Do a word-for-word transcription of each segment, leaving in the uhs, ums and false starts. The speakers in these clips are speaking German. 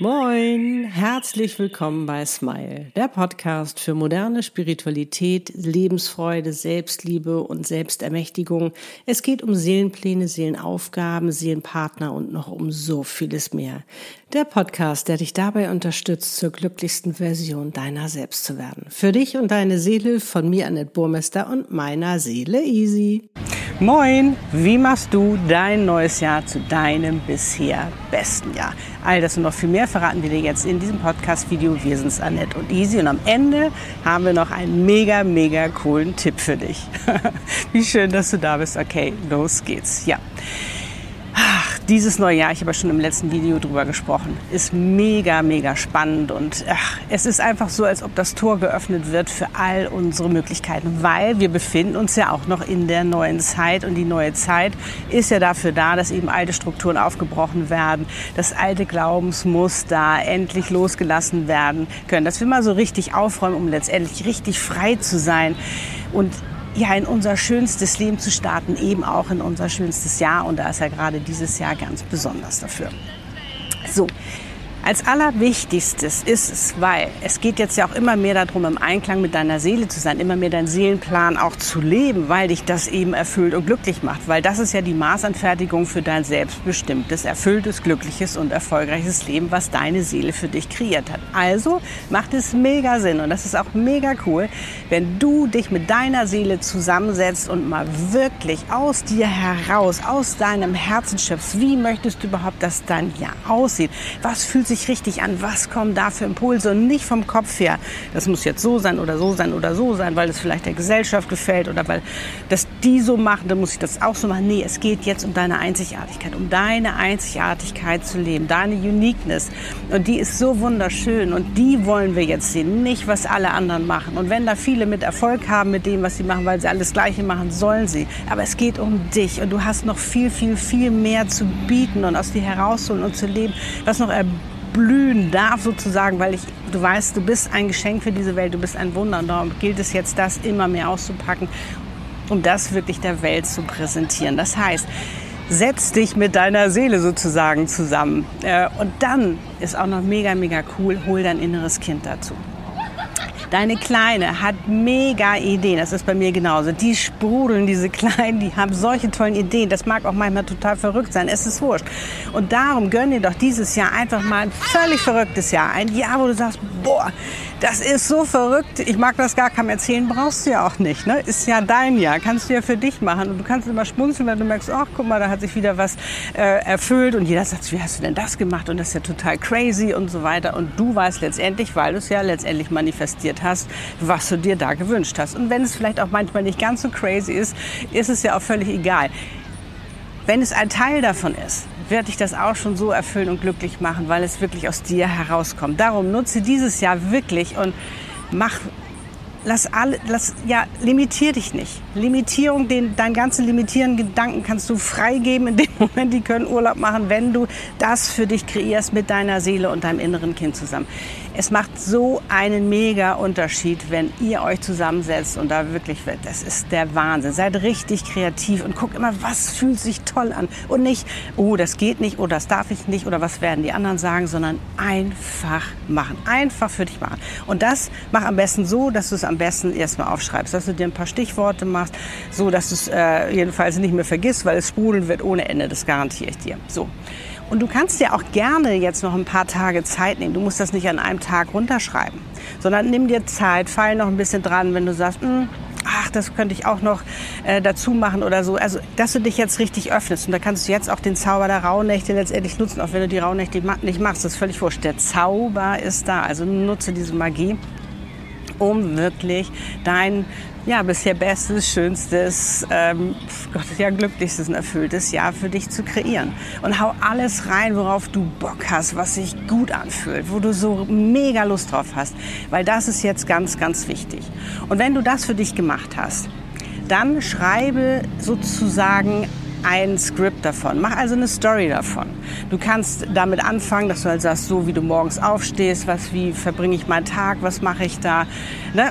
Moin, herzlich willkommen bei Smile, der Podcast für moderne Spiritualität, Lebensfreude, Selbstliebe und Selbstermächtigung. Es geht um Seelenpläne, Seelenaufgaben, Seelenpartner und noch um so vieles mehr. Der Podcast, der dich dabei unterstützt, zur glücklichsten Version deiner selbst zu werden. Für dich und deine Seele von mir, Annette Burmester, und meiner Seele Easy. Moin, wie machst du dein neues Jahr zu deinem bisher besten Jahr? All das und noch viel mehr verraten wir dir jetzt in diesem Podcast-Video. Wir sind's, Annette und Easy, und am Ende haben wir noch einen mega, mega coolen Tipp für dich. Wie schön, dass du da bist. Okay, los geht's. Ja. Ach, dieses neue Jahr, ich habe ja schon im letzten Video drüber gesprochen, ist mega, mega spannend und ach, es ist einfach so, als ob das Tor geöffnet wird für all unsere Möglichkeiten, weil wir befinden uns ja auch noch in der neuen Zeit, und die neue Zeit ist ja dafür da, dass eben alte Strukturen aufgebrochen werden, dass alte Glaubensmuster endlich losgelassen werden können, dass wir mal so richtig aufräumen, um letztendlich richtig frei zu sein und ja, in unser schönstes Leben zu starten, eben auch in unser schönstes Jahr. Und da ist ja gerade dieses Jahr ganz besonders dafür. So, als allerwichtigstes ist es, weil es geht jetzt ja auch immer mehr darum, im Einklang mit deiner Seele zu sein, immer mehr deinen Seelenplan auch zu leben, weil dich das eben erfüllt und glücklich macht. Weil das ist ja die Maßanfertigung für dein selbstbestimmtes, erfülltes, glückliches und erfolgreiches Leben, was deine Seele für dich kreiert hat. Also macht es mega Sinn, und das ist auch mega cool, wenn du dich mit deiner Seele zusammensetzt und mal wirklich aus dir heraus, aus deinem Herzen schöpfst. Wie möchtest du überhaupt, dass dein Jahr aussieht? Was fühlt sich richtig an? Was kommen da für Impulse? Und nicht vom Kopf her. Das muss jetzt so sein oder so sein oder so sein, weil es vielleicht der Gesellschaft gefällt oder weil das die so machen, dann muss ich das auch so machen. Nee, es geht jetzt um deine Einzigartigkeit, um deine Einzigartigkeit zu leben, deine Uniqueness. Und die ist so wunderschön, und die wollen wir jetzt sehen, nicht was alle anderen machen. Und wenn da viele mit Erfolg haben mit dem, was sie machen, weil sie alles Gleiche machen, sollen sie. Aber es geht um dich, und du hast noch viel, viel, viel mehr zu bieten und aus dir herausholen und zu leben, was noch erblühen darf sozusagen, weil ich, du weißt, du bist ein Geschenk für diese Welt, du bist ein Wunder, und darum gilt es jetzt, das immer mehr auszupacken, um das wirklich der Welt zu präsentieren. Das heißt, setz dich mit deiner Seele sozusagen zusammen, und dann ist auch noch mega, mega cool, hol dein inneres Kind dazu. Deine Kleine hat mega Ideen, das ist bei mir genauso. Die sprudeln, diese Kleinen, die haben solche tollen Ideen. Das mag auch manchmal total verrückt sein, es ist wurscht. Und darum gönn dir doch dieses Jahr einfach mal ein völlig verrücktes Jahr. Ein Jahr, wo du sagst, boah, das ist so verrückt, ich mag das gar keinem erzählen, brauchst du ja auch nicht. Ne? Ist ja dein Jahr, kannst du ja für dich machen. Und du kannst immer schmunzeln, wenn du merkst, ach, guck mal, da hat sich wieder was äh, erfüllt. Und jeder sagt, wie hast du denn das gemacht? Und das ist ja total crazy und so weiter. Und du weißt letztendlich, weil du es ja letztendlich manifestiert hast, was du dir da gewünscht hast. Und wenn es vielleicht auch manchmal nicht ganz so crazy ist, ist es ja auch völlig egal. Wenn es ein Teil davon ist, wird dich das auch schon so erfüllen und glücklich machen, weil es wirklich aus dir herauskommt. Darum nutze dieses Jahr wirklich und mach, lass alle, lass, ja, limitier dich nicht. Limitierung, den, deinen ganzen limitierenden Gedanken kannst du freigeben in dem Moment, die können Urlaub machen, wenn du das für dich kreierst mit deiner Seele und deinem inneren Kind zusammen. Es macht so einen mega Unterschied, wenn ihr euch zusammensetzt und da wirklich, das ist der Wahnsinn. Seid richtig kreativ und guckt immer, was fühlt sich toll an. Und nicht, oh, das geht nicht, oder das darf ich nicht, oder was werden die anderen sagen, sondern einfach machen. Einfach für dich machen. Und das mach am besten so, dass du es am besten erstmal aufschreibst, dass du dir ein paar Stichworte machst, so dass du es äh, jedenfalls nicht mehr vergisst, weil es sprudeln wird ohne Ende, das garantiere ich dir. So. Und du kannst dir auch gerne jetzt noch ein paar Tage Zeit nehmen. Du musst das nicht an einem Tag runterschreiben, sondern nimm dir Zeit, feil noch ein bisschen dran, wenn du sagst, ach, das könnte ich auch noch äh, dazu machen oder so. Also, dass du dich jetzt richtig öffnest. Und da kannst du jetzt auch den Zauber der Rauhnächte letztendlich nutzen, auch wenn du die Rauhnächte nicht machst. Das ist völlig wurscht. Der Zauber ist da. Also nutze diese Magie, um wirklich dein ja, bisher bestes, schönstes, ähm, Gott, ja, glücklichstes und erfülltes Jahr für dich zu kreieren. Und hau alles rein, worauf du Bock hast, was sich gut anfühlt, wo du so mega Lust drauf hast. Weil das ist jetzt ganz, ganz wichtig. Und wenn du das für dich gemacht hast, dann schreibe sozusagen ein Skript davon. Mach also eine Story davon. Du kannst damit anfangen, dass du halt sagst, so wie du morgens aufstehst, was, wie verbringe ich meinen Tag, was mache ich da, ne?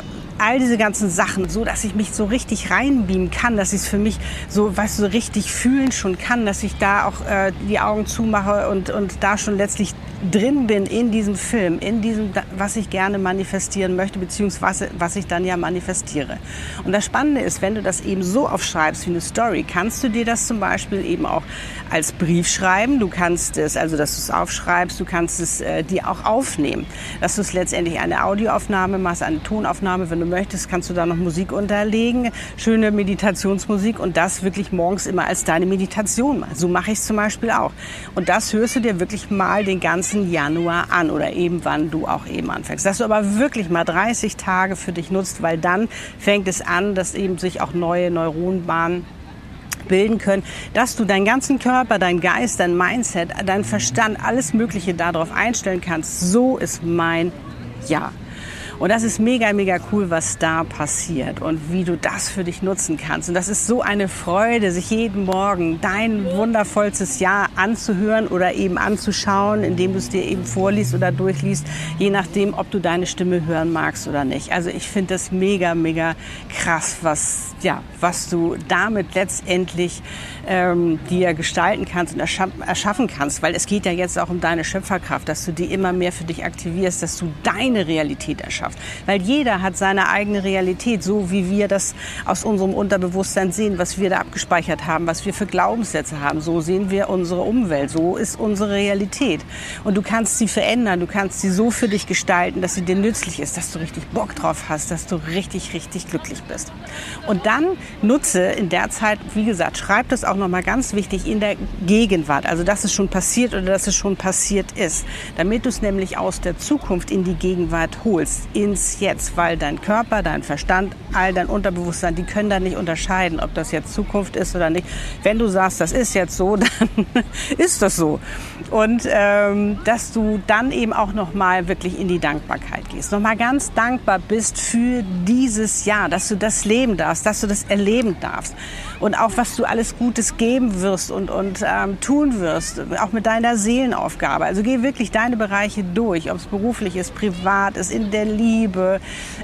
all diese ganzen Sachen, so dass ich mich so richtig reinbeamen kann, dass ich es für mich so, weißt du, so richtig fühlen schon kann, dass ich da auch äh, die Augen zumache und, und da schon letztlich drin bin in diesem Film, in diesem, was ich gerne manifestieren möchte, beziehungsweise was ich dann ja manifestiere. Und das Spannende ist, wenn du das eben so aufschreibst wie eine Story, kannst du dir das zum Beispiel eben auch als Brief schreiben. Du kannst es, also dass du es aufschreibst, du kannst es äh, dir auch aufnehmen. Dass du es letztendlich eine Audioaufnahme machst, eine Tonaufnahme, wenn du möchtest, kannst du da noch Musik unterlegen, schöne Meditationsmusik und das wirklich morgens immer als deine Meditation machen. So mache ich es zum Beispiel auch. Und das hörst du dir wirklich mal den ganzen Januar an oder eben wann du auch eben anfängst. Dass du aber wirklich mal dreißig Tage für dich nutzt, weil dann fängt es an, dass eben sich auch neue Neuronenbahnen bilden können, dass du deinen ganzen Körper, deinen Geist, dein Mindset, deinen Verstand, alles Mögliche darauf einstellen kannst. So ist mein Jahr. Und das ist mega, mega cool, was da passiert und wie du das für dich nutzen kannst. Und das ist so eine Freude, sich jeden Morgen dein wundervollstes Jahr anzuhören oder eben anzuschauen, indem du es dir eben vorliest oder durchliest, je nachdem, ob du deine Stimme hören magst oder nicht. Also ich finde das mega, mega krass, was, ja, was du damit letztendlich ähm, dir gestalten kannst und erschaffen kannst. Weil es geht ja jetzt auch um deine Schöpferkraft, dass du die immer mehr für dich aktivierst, dass du deine Realität erschaffst. Weil jeder hat seine eigene Realität, so wie wir das aus unserem Unterbewusstsein sehen, was wir da abgespeichert haben, was wir für Glaubenssätze haben. So sehen wir unsere Umwelt, so ist unsere Realität. Und du kannst sie verändern, du kannst sie so für dich gestalten, dass sie dir nützlich ist, dass du richtig Bock drauf hast, dass du richtig, richtig glücklich bist. Und dann nutze in der Zeit, wie gesagt, schreib das auch nochmal ganz wichtig in der Gegenwart, also dass es schon passiert oder dass es schon passiert ist, damit du es nämlich aus der Zukunft in die Gegenwart holst, ins Jetzt, weil dein Körper, dein Verstand, all dein Unterbewusstsein, die können da nicht unterscheiden, ob das jetzt Zukunft ist oder nicht. Wenn du sagst, das ist jetzt so, dann ist das so. Und ähm, dass du dann eben auch nochmal wirklich in die Dankbarkeit gehst, nochmal ganz dankbar bist für dieses Jahr, dass du das leben darfst, dass du das erleben darfst und auch was du alles Gutes geben wirst und, und ähm, tun wirst, auch mit deiner Seelenaufgabe. Also geh wirklich deine Bereiche durch, ob es beruflich ist, privat ist, in der Liebe,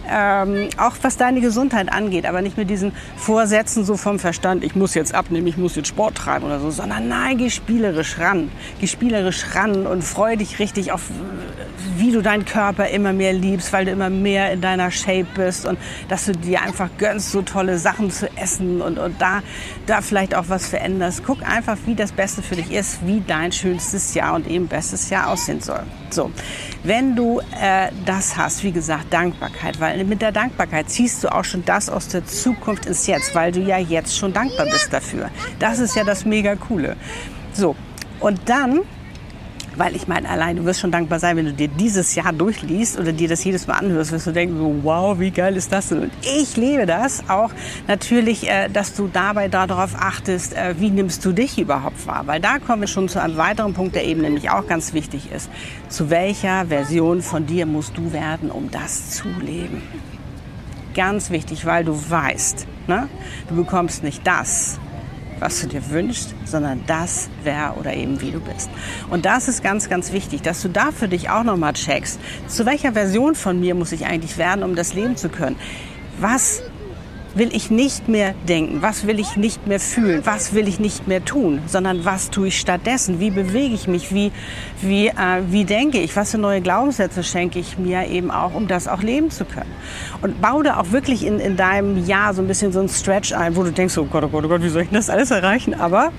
ähm, auch was deine Gesundheit angeht, aber nicht mit diesen Vorsätzen so vom Verstand, ich muss jetzt abnehmen, ich muss jetzt Sport treiben oder so, sondern nein, geh spielerisch ran, geh spielerisch ran und freu dich richtig auf, wie du deinen Körper immer mehr liebst, weil du immer mehr in deiner Shape bist und dass du dir einfach gönnst, so tolle Sachen zu essen und, und da, da vielleicht auch was veränderst. Guck einfach, wie das Beste für dich ist, wie dein schönstes Jahr und eben bestes Jahr aussehen soll. So, wenn du äh, das hast, wie gesagt, Dankbarkeit, weil mit der Dankbarkeit ziehst du auch schon das aus der Zukunft ins Jetzt, weil du ja jetzt schon dankbar bist dafür. Das ist ja das mega Coole. So, und dann, weil ich meine, allein du wirst schon dankbar sein, wenn du dir dieses Jahr durchliest oder dir das jedes Mal anhörst, wirst du denken, so, wow, wie geil ist das denn? Und ich liebe das auch natürlich, äh, dass du dabei darauf achtest, äh, wie nimmst du dich überhaupt wahr? Weil da kommen wir schon zu einem weiteren Punkt, der eben nämlich auch ganz wichtig ist. Zu welcher Version von dir musst du werden, um das zu leben? Ganz wichtig, weil du weißt, ne? Du bekommst nicht das, was du dir wünschst, sondern das, wer oder eben wie du bist. Und das ist ganz, ganz wichtig, dass du da für dich auch nochmal checkst, zu welcher Version von mir muss ich eigentlich werden, um das leben zu können. Was will ich nicht mehr denken? Was will ich nicht mehr fühlen? Was will ich nicht mehr tun? Sondern was tue ich stattdessen? Wie bewege ich mich? Wie, wie, äh, wie denke ich? Was für neue Glaubenssätze schenke ich mir eben auch, um das auch leben zu können? Und baue da auch wirklich in, in deinem Jahr so ein bisschen so ein Stretch ein, wo du denkst, oh Gott, oh Gott, oh Gott, wie soll ich das alles erreichen? Aber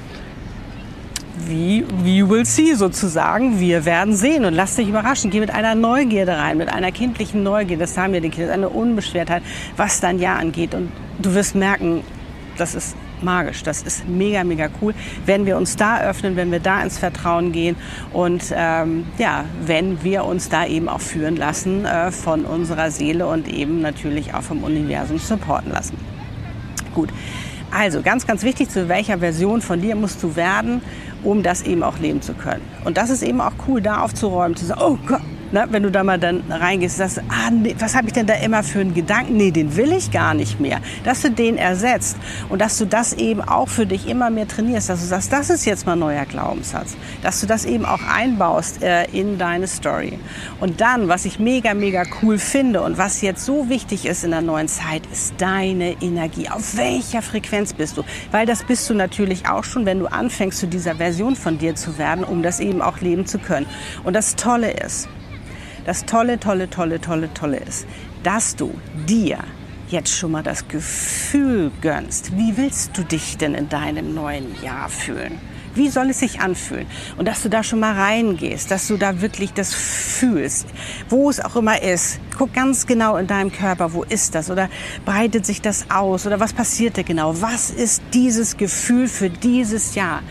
wie, we will see sozusagen, wir werden sehen und lass dich überraschen. Geh mit einer Neugierde rein, mit einer kindlichen Neugierde, das haben wir die Kinder, eine Unbeschwertheit, was dein Jahr angeht. Und du wirst merken, das ist magisch, das ist mega, mega cool, wenn wir uns da öffnen, wenn wir da ins Vertrauen gehen und ähm, ja, wenn wir uns da eben auch führen lassen äh, von unserer Seele und eben natürlich auch vom Universum supporten lassen. Gut. Also ganz, ganz wichtig, zu welcher Version von dir musst du werden, um das eben auch leben zu können. Und das ist eben auch cool, da aufzuräumen, zu sagen, oh Gott, Na, wenn du da mal dann reingehst, sagst du, ah, nee, was habe ich denn da immer für einen Gedanken? Nee, den will ich gar nicht mehr. Dass du den ersetzt und dass du das eben auch für dich immer mehr trainierst, dass du sagst, das ist jetzt mal ein neuer Glaubenssatz. Dass du das eben auch einbaust äh, in deine Story. Und dann, was ich mega, mega cool finde und was jetzt so wichtig ist in der neuen Zeit, ist deine Energie. Auf welcher Frequenz bist du? Weil das bist du natürlich auch schon, wenn du anfängst, zu dieser Version von dir zu werden, um das eben auch leben zu können. Und das Tolle ist, das Tolle, Tolle, Tolle, Tolle, Tolle ist, dass du dir jetzt schon mal das Gefühl gönnst. Wie willst du dich denn in deinem neuen Jahr fühlen? Wie soll es sich anfühlen? Und dass du da schon mal reingehst, dass du da wirklich das fühlst, wo es auch immer ist. Guck ganz genau in deinem Körper, wo ist das? Oder breitet sich das aus? Oder was passiert da genau? Was ist dieses Gefühl für dieses Jahr,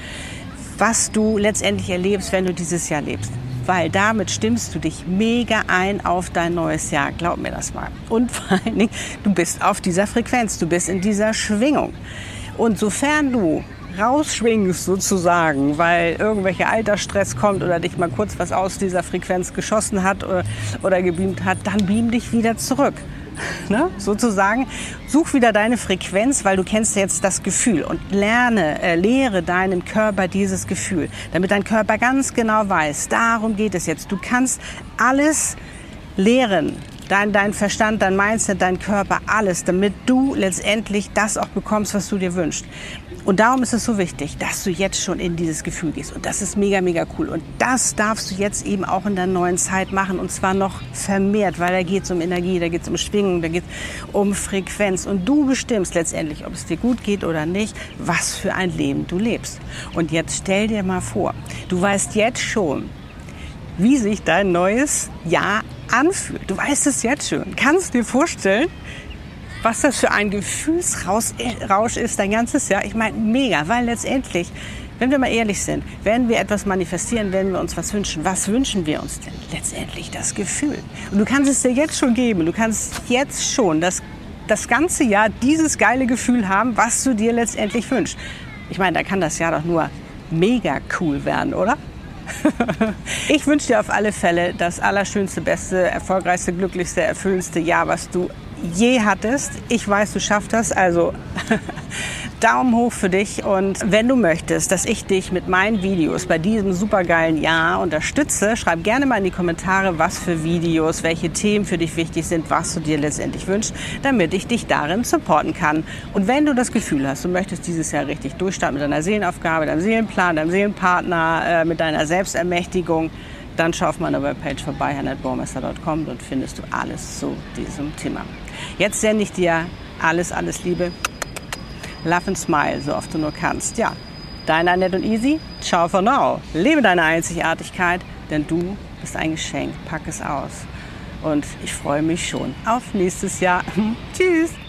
was du letztendlich erlebst, wenn du dieses Jahr lebst? Weil damit stimmst du dich mega ein auf dein neues Jahr. Glaub mir das mal. Und vor allen Dingen, du bist auf dieser Frequenz, du bist in dieser Schwingung. Und sofern du rausschwingst sozusagen, weil irgendwelcher Altersstress kommt oder dich mal kurz was aus dieser Frequenz geschossen hat oder, oder gebeamt hat, dann beam dich wieder zurück. Ne? Sozusagen, such wieder deine Frequenz, weil du kennst jetzt das Gefühl und lerne, äh, lehre deinem Körper dieses Gefühl, damit dein Körper ganz genau weiß, darum geht es jetzt. Du kannst alles lehren, dein, dein Verstand, dein Mindset, dein Körper, alles, damit du letztendlich das auch bekommst, was du dir wünschst. Und darum ist es so wichtig, dass du jetzt schon in dieses Gefühl gehst. Und das ist mega, mega cool. Und das darfst du jetzt eben auch in der neuen Zeit machen. Und zwar noch vermehrt, weil da geht es um Energie, da geht es um Schwingung, da geht es um Frequenz. Und du bestimmst letztendlich, ob es dir gut geht oder nicht, was für ein Leben du lebst. Und jetzt stell dir mal vor, du weißt jetzt schon, wie sich dein neues Jahr anfühlt. Du weißt es jetzt schon. Kannst dir vorstellen, was das für ein Gefühlsrausch ist, dein ganzes Jahr. Ich meine, mega, weil letztendlich, wenn wir mal ehrlich sind, wenn wir etwas manifestieren, wenn wir uns was wünschen, was wünschen wir uns denn? Letztendlich das Gefühl. Und du kannst es dir jetzt schon geben. Du kannst jetzt schon das, das ganze Jahr dieses geile Gefühl haben, was du dir letztendlich wünschst. Ich meine, da kann das Jahr doch nur mega cool werden, oder? Ich wünsche dir auf alle Fälle das allerschönste, beste, erfolgreichste, glücklichste, erfüllendste Jahr, was du je hattest. Ich weiß, du schaffst das, also Daumen hoch für dich. Und wenn du möchtest, dass ich dich mit meinen Videos bei diesem supergeilen Jahr unterstütze, schreib gerne mal in die Kommentare, was für Videos, welche Themen für dich wichtig sind, was du dir letztendlich wünschst, damit ich dich darin supporten kann. Und wenn du das Gefühl hast, du möchtest dieses Jahr richtig durchstarten mit deiner Seelenaufgabe, deinem Seelenplan, deinem Seelenpartner, äh, mit deiner Selbstermächtigung, dann schau auf meiner Webpage vorbei, hannette baumeister punkt com, dort findest du alles zu diesem Thema. Jetzt sende ich dir alles, alles Liebe. Love and smile, so oft du nur kannst. Ja, deine Annette und Easy. Ciao for now. Lebe deine Einzigartigkeit, denn du bist ein Geschenk. Pack es aus. Und ich freue mich schon auf nächstes Jahr. Tschüss.